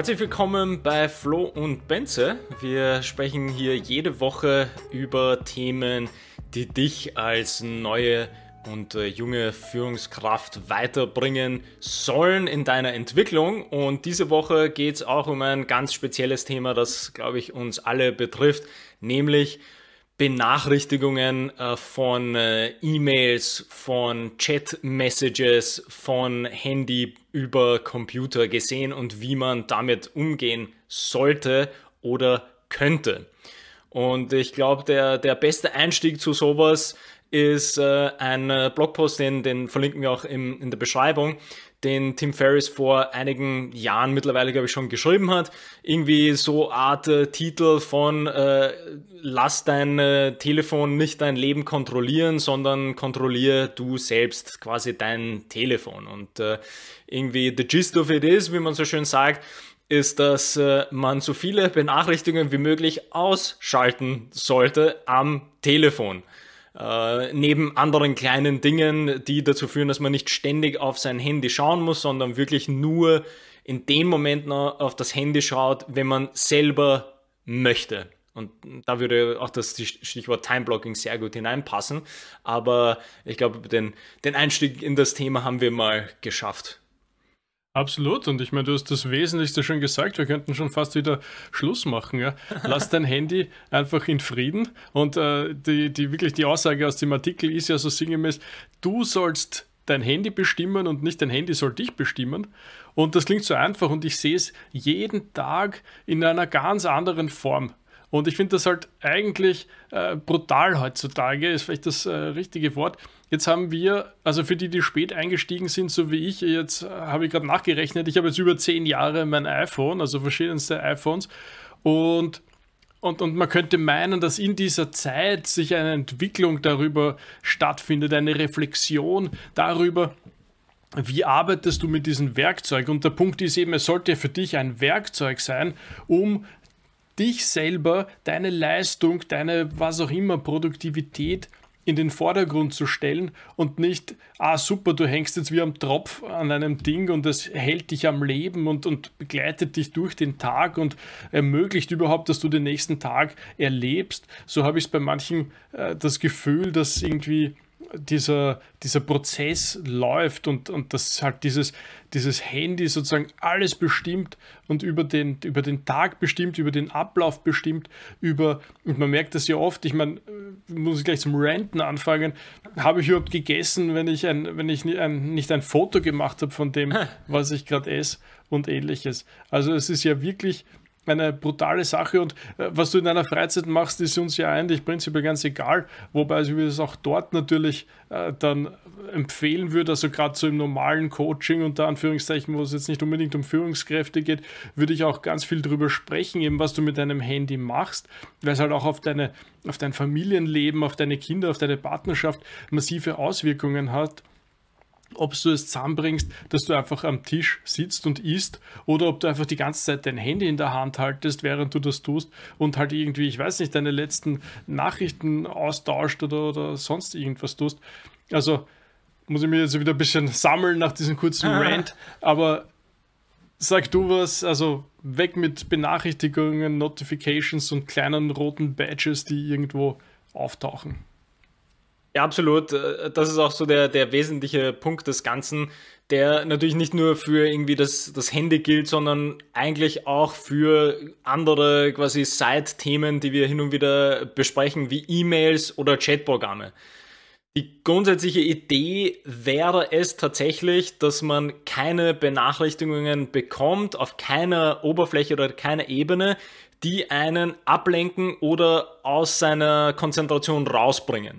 Herzlich willkommen bei Flo und Benze. Wir sprechen hier jede Woche über Themen, die dich als neue und junge Führungskraft weiterbringen sollen in deiner Entwicklung. Und diese Woche geht es auch um ein ganz spezielles Thema, das, glaube ich, uns alle betrifft, nämlich Benachrichtigungen von E-Mails, von Chat-Messages, von Handy über Computer gesehen und wie man damit umgehen sollte oder könnte. Und ich glaube, der beste Einstieg zu sowas ist ein Blogpost, den verlinken wir auch in der Beschreibung, den Tim Ferriss vor einigen Jahren mittlerweile, glaube ich, schon geschrieben hat. Irgendwie so Art Titel von lass dein Telefon nicht dein Leben kontrollieren, sondern kontrolliere du selbst quasi dein Telefon. Und irgendwie the gist of it is, wie man so schön sagt, ist, dass man so viele Benachrichtigungen wie möglich ausschalten sollte am Telefon. Neben anderen kleinen Dingen, die dazu führen, dass man nicht ständig auf sein Handy schauen muss, sondern wirklich nur in dem Moment noch auf das Handy schaut, wenn man selber möchte. Und da würde auch das Stichwort Time-Blocking sehr gut hineinpassen. Aber ich glaube, den Einstieg in das Thema haben wir mal geschafft. Absolut, und ich meine, du hast das Wesentlichste schon gesagt, wir könnten schon fast wieder Schluss machen. Ja? Lass dein Handy einfach in Frieden. Und die Aussage aus dem Artikel ist ja so sinngemäß, du sollst dein Handy bestimmen und nicht dein Handy soll dich bestimmen. Und das klingt so einfach und ich sehe es jeden Tag in einer ganz anderen Form. Und ich finde das halt eigentlich brutal heutzutage, ist vielleicht das richtige Wort. Jetzt haben wir, also für die spät eingestiegen sind, so wie ich, jetzt habe ich gerade nachgerechnet, ich habe jetzt über 10 Jahre mein iPhone, also verschiedenste iPhones und man könnte meinen, dass in dieser Zeit sich eine Entwicklung darüber stattfindet, eine Reflexion darüber, wie arbeitest du mit diesem Werkzeug? Und der Punkt ist eben, es sollte für dich ein Werkzeug sein, um dich selber, deine Leistung, deine was auch immer Produktivität in den Vordergrund zu stellen und nicht, super, du hängst jetzt wie am Tropf an einem Ding und es hält dich am Leben und begleitet dich durch den Tag und ermöglicht überhaupt, dass du den nächsten Tag erlebst. So habe ich es bei manchen das Gefühl, dass irgendwie dieser Prozess läuft und dass halt dieses Handy sozusagen alles bestimmt und über den Tag bestimmt, über den Ablauf bestimmt, und man merkt das ja oft, ich meine, muss ich gleich zum Ranten anfangen, habe ich überhaupt gegessen, wenn ich nicht ein Foto gemacht habe von dem, was ich gerade esse und ähnliches. Also es ist ja wirklich eine brutale Sache und was du in deiner Freizeit machst, ist uns ja eigentlich prinzipiell ganz egal, wobei ich es auch dort natürlich dann empfehlen würde, also gerade so im normalen Coaching unter Anführungszeichen, wo es jetzt nicht unbedingt um Führungskräfte geht, würde ich auch ganz viel drüber sprechen, eben was du mit deinem Handy machst, weil es halt auch auf dein Familienleben, auf deine Kinder, auf deine Partnerschaft massive Auswirkungen hat. Ob du es zusammenbringst, dass du einfach am Tisch sitzt und isst oder ob du einfach die ganze Zeit dein Handy in der Hand haltest, während du das tust und halt irgendwie, ich weiß nicht, deine letzten Nachrichten austauscht oder sonst irgendwas tust. Also muss ich mir jetzt wieder ein bisschen sammeln nach diesem kurzen Rant, aber sag du was, also weg mit Benachrichtigungen, Notifications und kleinen roten Badges, die irgendwo auftauchen. Ja, absolut. Das ist auch so der wesentliche Punkt des Ganzen, der natürlich nicht nur für irgendwie das Handy gilt, sondern eigentlich auch für andere quasi Side-Themen, die wir hin und wieder besprechen, wie E-Mails oder Chatprogramme. Die grundsätzliche Idee wäre es tatsächlich, dass man keine Benachrichtigungen bekommt auf keiner Oberfläche oder keiner Ebene, die einen ablenken oder aus seiner Konzentration rausbringen.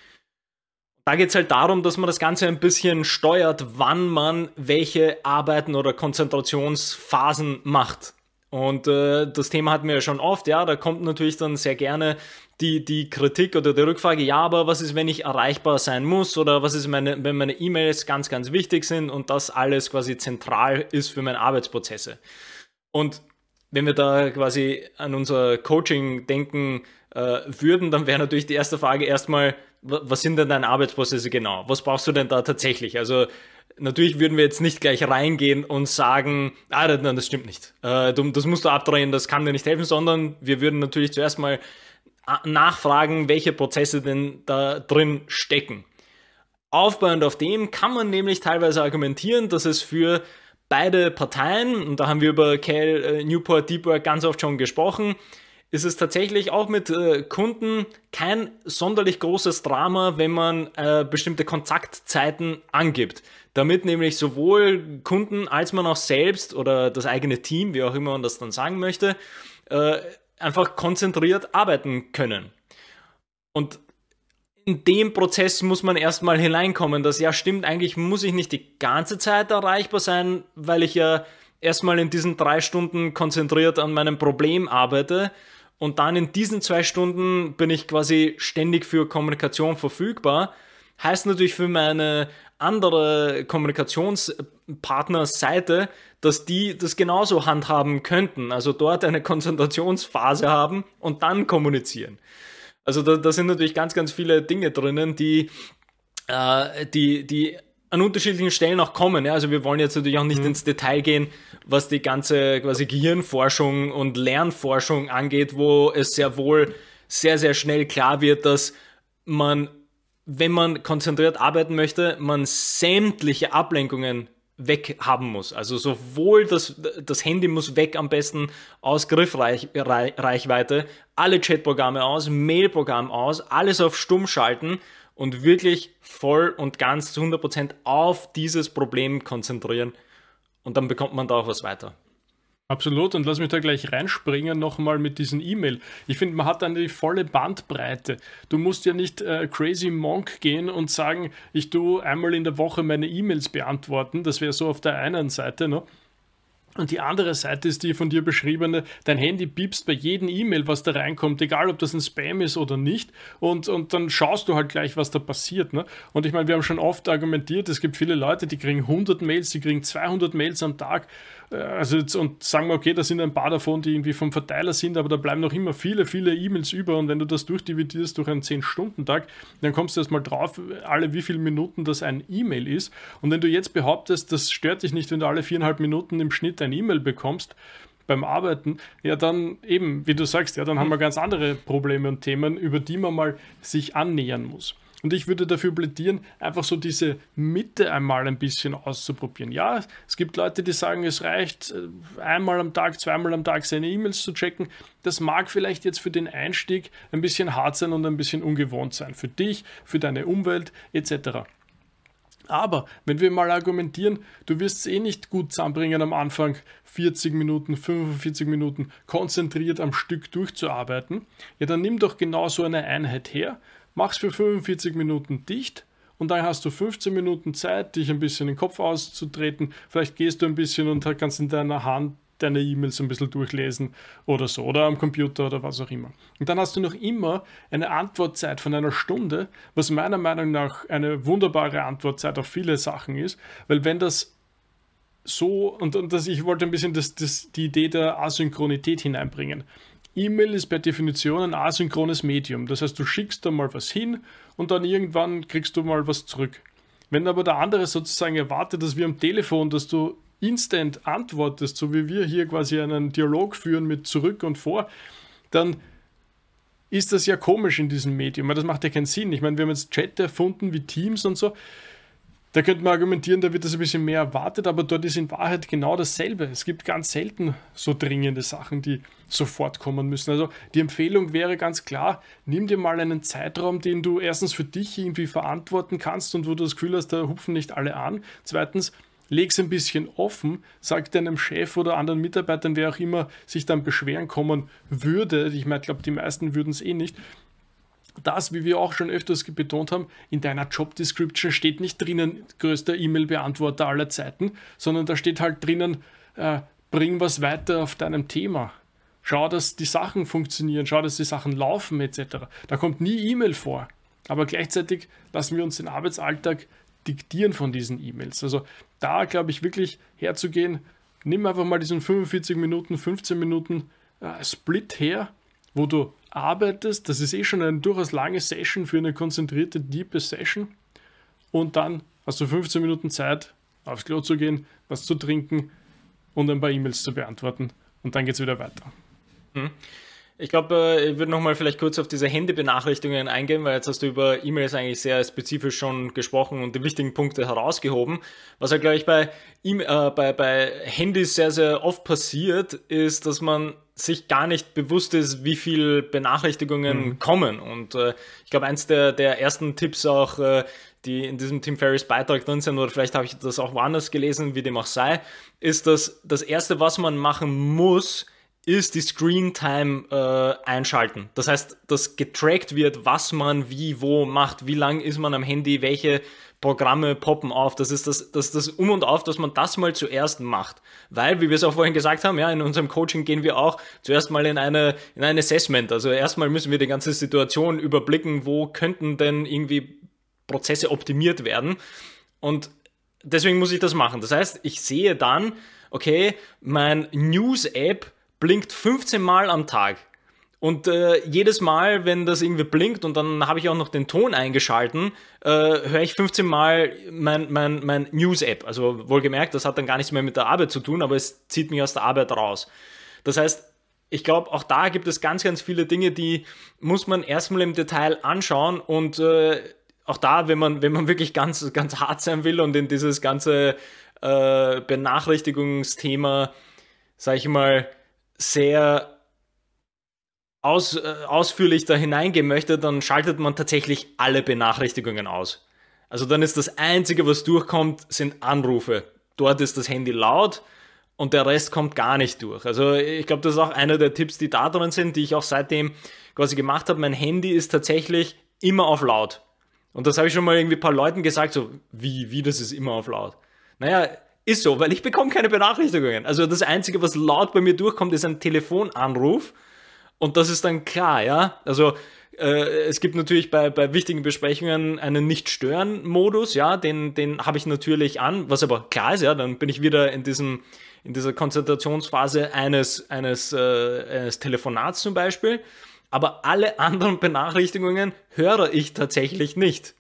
Da geht es halt darum, dass man das Ganze ein bisschen steuert, wann man welche Arbeiten oder Konzentrationsphasen macht. Und das Thema hatten wir ja schon oft, ja, da kommt natürlich dann sehr gerne die Kritik oder die Rückfrage, ja, aber was ist, wenn ich erreichbar sein muss oder was ist, wenn meine E-Mails ganz, ganz wichtig sind und das alles quasi zentral ist für meine Arbeitsprozesse. Und wenn wir da quasi an unser Coaching denken würden, dann wäre natürlich die erste Frage erstmal, was sind denn deine Arbeitsprozesse genau? Was brauchst du denn da tatsächlich? Also natürlich würden wir jetzt nicht gleich reingehen und sagen, nein, das stimmt nicht. Das musst du abdrehen, das kann dir nicht helfen, sondern wir würden natürlich zuerst mal nachfragen, welche Prozesse denn da drin stecken. Aufbauend auf dem kann man nämlich teilweise argumentieren, dass es für beide Parteien, und da haben wir über Cal Newport Deep Work ganz oft schon gesprochen, ist es tatsächlich auch mit Kunden kein sonderlich großes Drama, wenn man bestimmte Kontaktzeiten angibt. Damit nämlich sowohl Kunden als man auch selbst oder das eigene Team, wie auch immer man das dann sagen möchte, einfach konzentriert arbeiten können. Und in dem Prozess muss man erstmal hineinkommen, dass ja stimmt, eigentlich muss ich nicht die ganze Zeit erreichbar sein, weil ich ja erstmal in diesen 3 Stunden konzentriert an meinem Problem arbeite und dann in diesen 2 Stunden bin ich quasi ständig für Kommunikation verfügbar. Heißt natürlich für meine andere Kommunikationspartnerseite, dass die das genauso handhaben könnten, also dort eine Konzentrationsphase haben und dann kommunizieren. Also da sind natürlich ganz, ganz viele Dinge drinnen, die an unterschiedlichen Stellen auch kommen. Ja? Also wir wollen jetzt natürlich auch nicht ins Detail gehen, was die ganze quasi Gehirnforschung und Lernforschung angeht, wo es sehr wohl sehr, sehr schnell klar wird, dass man, wenn man konzentriert arbeiten möchte, man sämtliche Ablenkungen weg haben muss. Also sowohl das Handy muss weg, am besten aus Griffreichweite, alle Chatprogramme aus, Mailprogramm aus, alles auf Stumm schalten und wirklich voll und ganz zu 100% auf dieses Problem konzentrieren und dann bekommt man da auch was weiter. Absolut, und lass mich da gleich reinspringen nochmal mit diesen E-Mail. Ich finde, man hat dann die volle Bandbreite. Du musst ja nicht crazy monk gehen und sagen, ich tue einmal in der Woche meine E-Mails beantworten. Das wäre so auf der einen Seite, ne? Und die andere Seite ist die von dir beschriebene, dein Handy piepst bei jedem E-Mail, was da reinkommt, egal ob das ein Spam ist oder nicht, und dann schaust du halt gleich, was da passiert. Ne? Und ich meine, wir haben schon oft argumentiert, es gibt viele Leute, die kriegen 100 Mails, die kriegen 200 Mails am Tag, also jetzt, und sagen wir, okay, da sind ein paar davon, die irgendwie vom Verteiler sind, aber da bleiben noch immer viele, viele E-Mails über, und wenn du das durchdividierst durch einen 10-Stunden-Tag, dann kommst du erst mal drauf, alle wie viele Minuten das ein E-Mail ist. Und wenn du jetzt behauptest, das stört dich nicht, wenn du alle 4,5 Minuten im Schnitt ein E-Mail bekommst beim Arbeiten, ja dann eben, wie du sagst, ja dann haben wir ganz andere Probleme und Themen, über die man mal sich annähern muss. Und ich würde dafür plädieren, einfach so diese Mitte einmal ein bisschen auszuprobieren. Ja, es gibt Leute, die sagen, es reicht einmal am Tag, zweimal am Tag seine E-Mails zu checken. Das mag vielleicht jetzt für den Einstieg ein bisschen hart sein und ein bisschen ungewohnt sein. Für dich, für deine Umwelt etc. Aber wenn wir mal argumentieren, du wirst es eh nicht gut zusammenbringen am Anfang 40 Minuten, 45 Minuten konzentriert am Stück durchzuarbeiten, ja dann nimm doch genau so eine Einheit her, mach's für 45 Minuten dicht und dann hast du 15 Minuten Zeit, dich ein bisschen den Kopf auszutreten, vielleicht gehst du ein bisschen und kannst in deiner Hand deine E-Mails ein bisschen durchlesen oder so, oder am Computer oder was auch immer. Und dann hast du noch immer eine Antwortzeit von einer Stunde, was meiner Meinung nach eine wunderbare Antwortzeit auf viele Sachen ist, weil wenn das so, und ich wollte ein bisschen die Idee der Asynchronität hineinbringen. E-Mail ist per Definition ein asynchrones Medium, das heißt, du schickst da mal was hin und dann irgendwann kriegst du mal was zurück. Wenn aber der andere sozusagen erwartet, dass wir am Telefon, dass du instant antwortest, so wie wir hier quasi einen Dialog führen mit zurück und vor, dann ist das ja komisch in diesem Medium, weil das macht ja keinen Sinn. Ich meine, wir haben jetzt Chat erfunden wie Teams und so, da könnte man argumentieren, da wird das ein bisschen mehr erwartet, aber dort ist in Wahrheit genau dasselbe. Es gibt ganz selten so dringende Sachen, die sofort kommen müssen. Also die Empfehlung wäre ganz klar, nimm dir mal einen Zeitraum, den du erstens für dich irgendwie verantworten kannst und wo du das Gefühl hast, da hupfen nicht alle an. Zweitens, leg es ein bisschen offen, sag deinem Chef oder anderen Mitarbeitern, wer auch immer sich dann beschweren kommen würde, ich meine, ich glaube, die meisten würden es eh nicht, das, wie wir auch schon öfters betont haben, in deiner Job Description steht nicht drinnen, größter E-Mail-Beantworter aller Zeiten, sondern da steht halt drinnen, bring was weiter auf deinem Thema. Schau, dass die Sachen funktionieren, schau, dass die Sachen laufen etc. Da kommt nie E-Mail vor, aber gleichzeitig lassen wir uns den Arbeitsalltag diktieren von diesen E-Mails. Also da glaube ich wirklich herzugehen, nimm einfach mal diesen 45 Minuten, 15 Minuten Split her, wo du arbeitest, das ist eh schon eine durchaus lange Session für eine konzentrierte, diepe Session und dann hast du 15 Minuten Zeit, aufs Klo zu gehen, was zu trinken und ein paar E-Mails zu beantworten. Und dann geht es wieder weiter. Ich glaube, ich würde nochmal vielleicht kurz auf diese Handybenachrichtigungen eingehen, weil jetzt hast du über E-Mails eigentlich sehr spezifisch schon gesprochen und die wichtigen Punkte herausgehoben. Was halt, glaube ich, bei Handys sehr, sehr oft passiert, ist, dass man sich gar nicht bewusst ist, wie viel Benachrichtigungen kommen. Und ich glaube, eins der ersten Tipps auch, die in diesem Tim Ferriss Beitrag drin sind, oder vielleicht habe ich das auch woanders gelesen, wie dem auch sei, ist, dass das Erste, was man machen muss, ist die Screen-Time einschalten. Das heißt, dass getrackt wird, was man wie, wo macht, wie lang ist man am Handy, welche Programme poppen auf. Das ist das Um und Auf, dass man das mal zuerst macht. Weil, wie wir es auch vorhin gesagt haben, ja, in unserem Coaching gehen wir auch zuerst mal in ein Assessment. Also erstmal müssen wir die ganze Situation überblicken, wo könnten denn irgendwie Prozesse optimiert werden. Und deswegen muss ich das machen. Das heißt, ich sehe dann, okay, mein News-App blinkt 15 Mal am Tag. Und jedes Mal, wenn das irgendwie blinkt und dann habe ich auch noch den Ton eingeschalten, höre ich 15 Mal mein News-App. Also wohlgemerkt, das hat dann gar nichts mehr mit der Arbeit zu tun, aber es zieht mich aus der Arbeit raus. Das heißt, ich glaube, auch da gibt es ganz, ganz viele Dinge, die muss man erstmal im Detail anschauen und auch da, wenn man wirklich ganz, ganz hart sein will und in dieses ganze Benachrichtigungsthema, sage ich mal, sehr ausführlich da hineingehen möchte, dann schaltet man tatsächlich alle Benachrichtigungen aus. Also dann ist das Einzige, was durchkommt, sind Anrufe. Dort ist das Handy laut und der Rest kommt gar nicht durch. Also ich glaube, das ist auch einer der Tipps, die da drin sind, die ich auch seitdem quasi gemacht habe. Mein Handy ist tatsächlich immer auf laut. Und das habe ich schon mal irgendwie ein paar Leuten gesagt, so wie das ist immer auf laut. Naja, ist so, weil ich bekomme keine Benachrichtigungen. Also das Einzige, was laut bei mir durchkommt, ist ein Telefonanruf. Und das ist dann klar, ja. Also es gibt natürlich bei wichtigen Besprechungen einen Nicht-Stören-Modus, ja. Den habe ich natürlich an, was aber klar ist, ja. Dann bin ich wieder in dieser Konzentrationsphase eines Telefonats zum Beispiel. Aber alle anderen Benachrichtigungen höre ich tatsächlich nicht.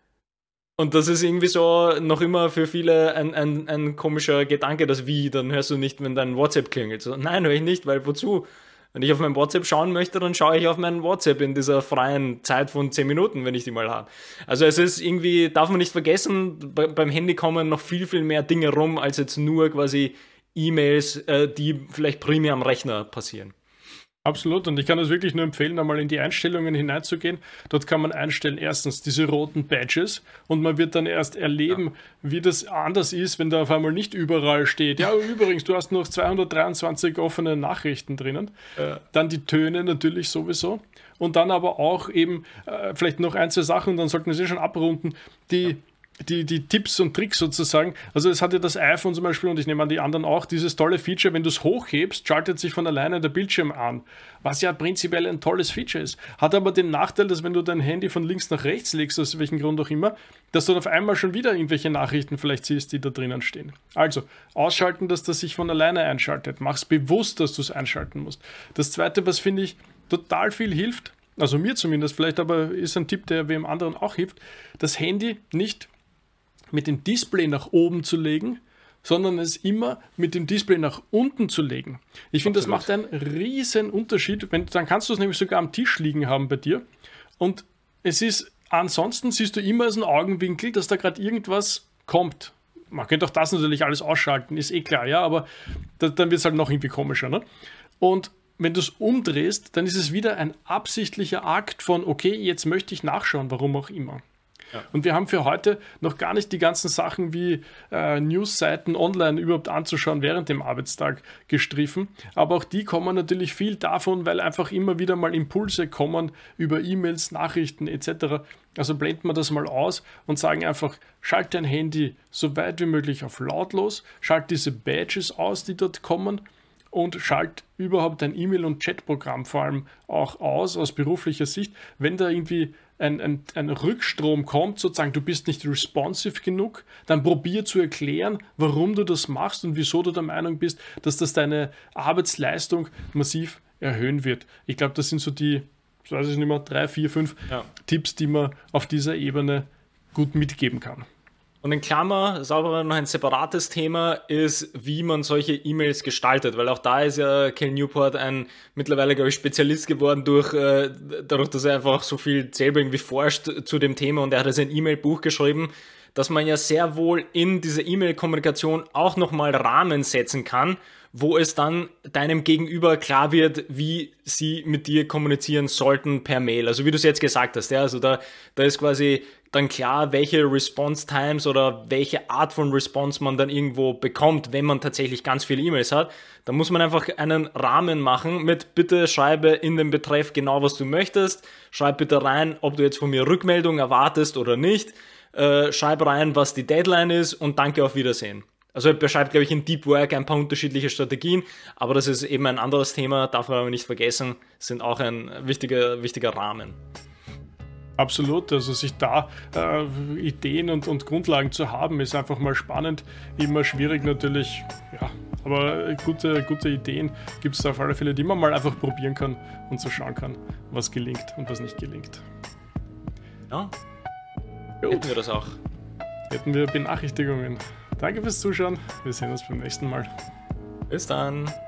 Und das ist irgendwie so noch immer für viele ein komischer Gedanke, dass dann hörst du nicht, wenn dein WhatsApp klingelt. So, nein, höre ich nicht, weil wozu? Wenn ich auf mein WhatsApp schauen möchte, dann schaue ich auf mein WhatsApp in dieser freien Zeit von 10 Minuten, wenn ich die mal habe. Also es ist irgendwie, darf man nicht vergessen, beim Handy kommen noch viel, viel mehr Dinge rum, als jetzt nur quasi E-Mails, die vielleicht primär am Rechner passieren. Absolut, und ich kann es wirklich nur empfehlen, einmal in die Einstellungen hineinzugehen. Dort kann man einstellen, erstens diese roten Badges und man wird dann erst erleben, wie das anders ist, wenn da auf einmal nicht überall steht. Ja, übrigens, du hast noch 223 offene Nachrichten drinnen. Dann die Töne natürlich sowieso und dann aber auch eben vielleicht noch ein, zwei Sachen und dann sollten wir sie schon abrunden, die Tipps und Tricks sozusagen. Also es hat ja das iPhone zum Beispiel und ich nehme an die anderen auch, dieses tolle Feature, wenn du es hochhebst, schaltet sich von alleine der Bildschirm an, was ja prinzipiell ein tolles Feature ist. Hat aber den Nachteil, dass wenn du dein Handy von links nach rechts legst, aus welchem Grund auch immer, dass du dann auf einmal schon wieder irgendwelche Nachrichten vielleicht siehst, die da drinnen stehen. Also ausschalten, dass das sich von alleine einschaltet. Mach's bewusst, dass du es einschalten musst. Das Zweite, was finde ich total viel hilft, also mir zumindest vielleicht, aber ist ein Tipp, der wem anderen auch hilft, das Handy nicht mit dem Display nach oben zu legen, sondern es immer mit dem Display nach unten zu legen. Ich finde, das macht einen riesen Unterschied. Dann kannst du es nämlich sogar am Tisch liegen haben bei dir. Und es ist, ansonsten siehst du immer aus dem Augenwinkel, dass da gerade irgendwas kommt. Man könnte auch das natürlich alles ausschalten, ist eh klar, ja, aber dann wird es halt noch irgendwie komischer. Ne? Und wenn du es umdrehst, dann ist es wieder ein absichtlicher Akt von, okay, jetzt möchte ich nachschauen, warum auch immer. Ja. Und wir haben für heute noch gar nicht die ganzen Sachen wie Newsseiten online überhaupt anzuschauen während dem Arbeitstag gestriffen. Aber auch die kommen natürlich viel davon, weil einfach immer wieder mal Impulse kommen über E-Mails, Nachrichten etc. Also blenden wir das mal aus und sagen einfach, schalt dein Handy so weit wie möglich auf lautlos, schalt diese Badges aus, die dort kommen und schalt überhaupt dein E-Mail- und Chatprogramm vor allem auch aus beruflicher Sicht. Wenn da irgendwie ein Rückstrom kommt, sozusagen, du bist nicht responsive genug, dann probier zu erklären, warum du das machst und wieso du der Meinung bist, dass das deine Arbeitsleistung massiv erhöhen wird. Ich glaube, das sind so die, ich weiß es nicht mehr, 3, 4, 5 Tipps, die man auf dieser Ebene gut mitgeben kann. Und in Klammer, ist aber noch ein separates Thema, ist, wie man solche E-Mails gestaltet, weil auch da ist ja Cal Newport ein mittlerweile, glaube ich, Spezialist geworden dadurch, dass er einfach so viel selber irgendwie forscht zu dem Thema, und er hat also ein E-Mail-Buch geschrieben, dass man ja sehr wohl in dieser E-Mail-Kommunikation auch nochmal Rahmen setzen kann, wo es dann deinem Gegenüber klar wird, wie sie mit dir kommunizieren sollten per Mail. Also wie du es jetzt gesagt hast, ja, also da ist quasi dann klar, welche Response Times oder welche Art von Response man dann irgendwo bekommt, wenn man tatsächlich ganz viele E-Mails hat. Da muss man einfach einen Rahmen machen mit: bitte schreibe in den Betreff genau, was du möchtest, schreib bitte rein, ob du jetzt von mir Rückmeldung erwartest oder nicht, schreib rein, was die Deadline ist, und danke, auf Wiedersehen. Also er beschreibt, glaube ich, in Deep Work ein paar unterschiedliche Strategien, aber das ist eben ein anderes Thema, darf man aber nicht vergessen, sind auch ein wichtiger Rahmen. Absolut, also sich da Ideen und Grundlagen zu haben, ist einfach mal spannend, immer schwierig natürlich, ja, aber gute Ideen gibt es da auf alle Fälle, die man mal einfach probieren kann und so schauen kann, was gelingt und was nicht gelingt. Ja, hätten wir das auch. Hätten wir Benachrichtigungen. Danke fürs Zuschauen, wir sehen uns beim nächsten Mal. Bis dann.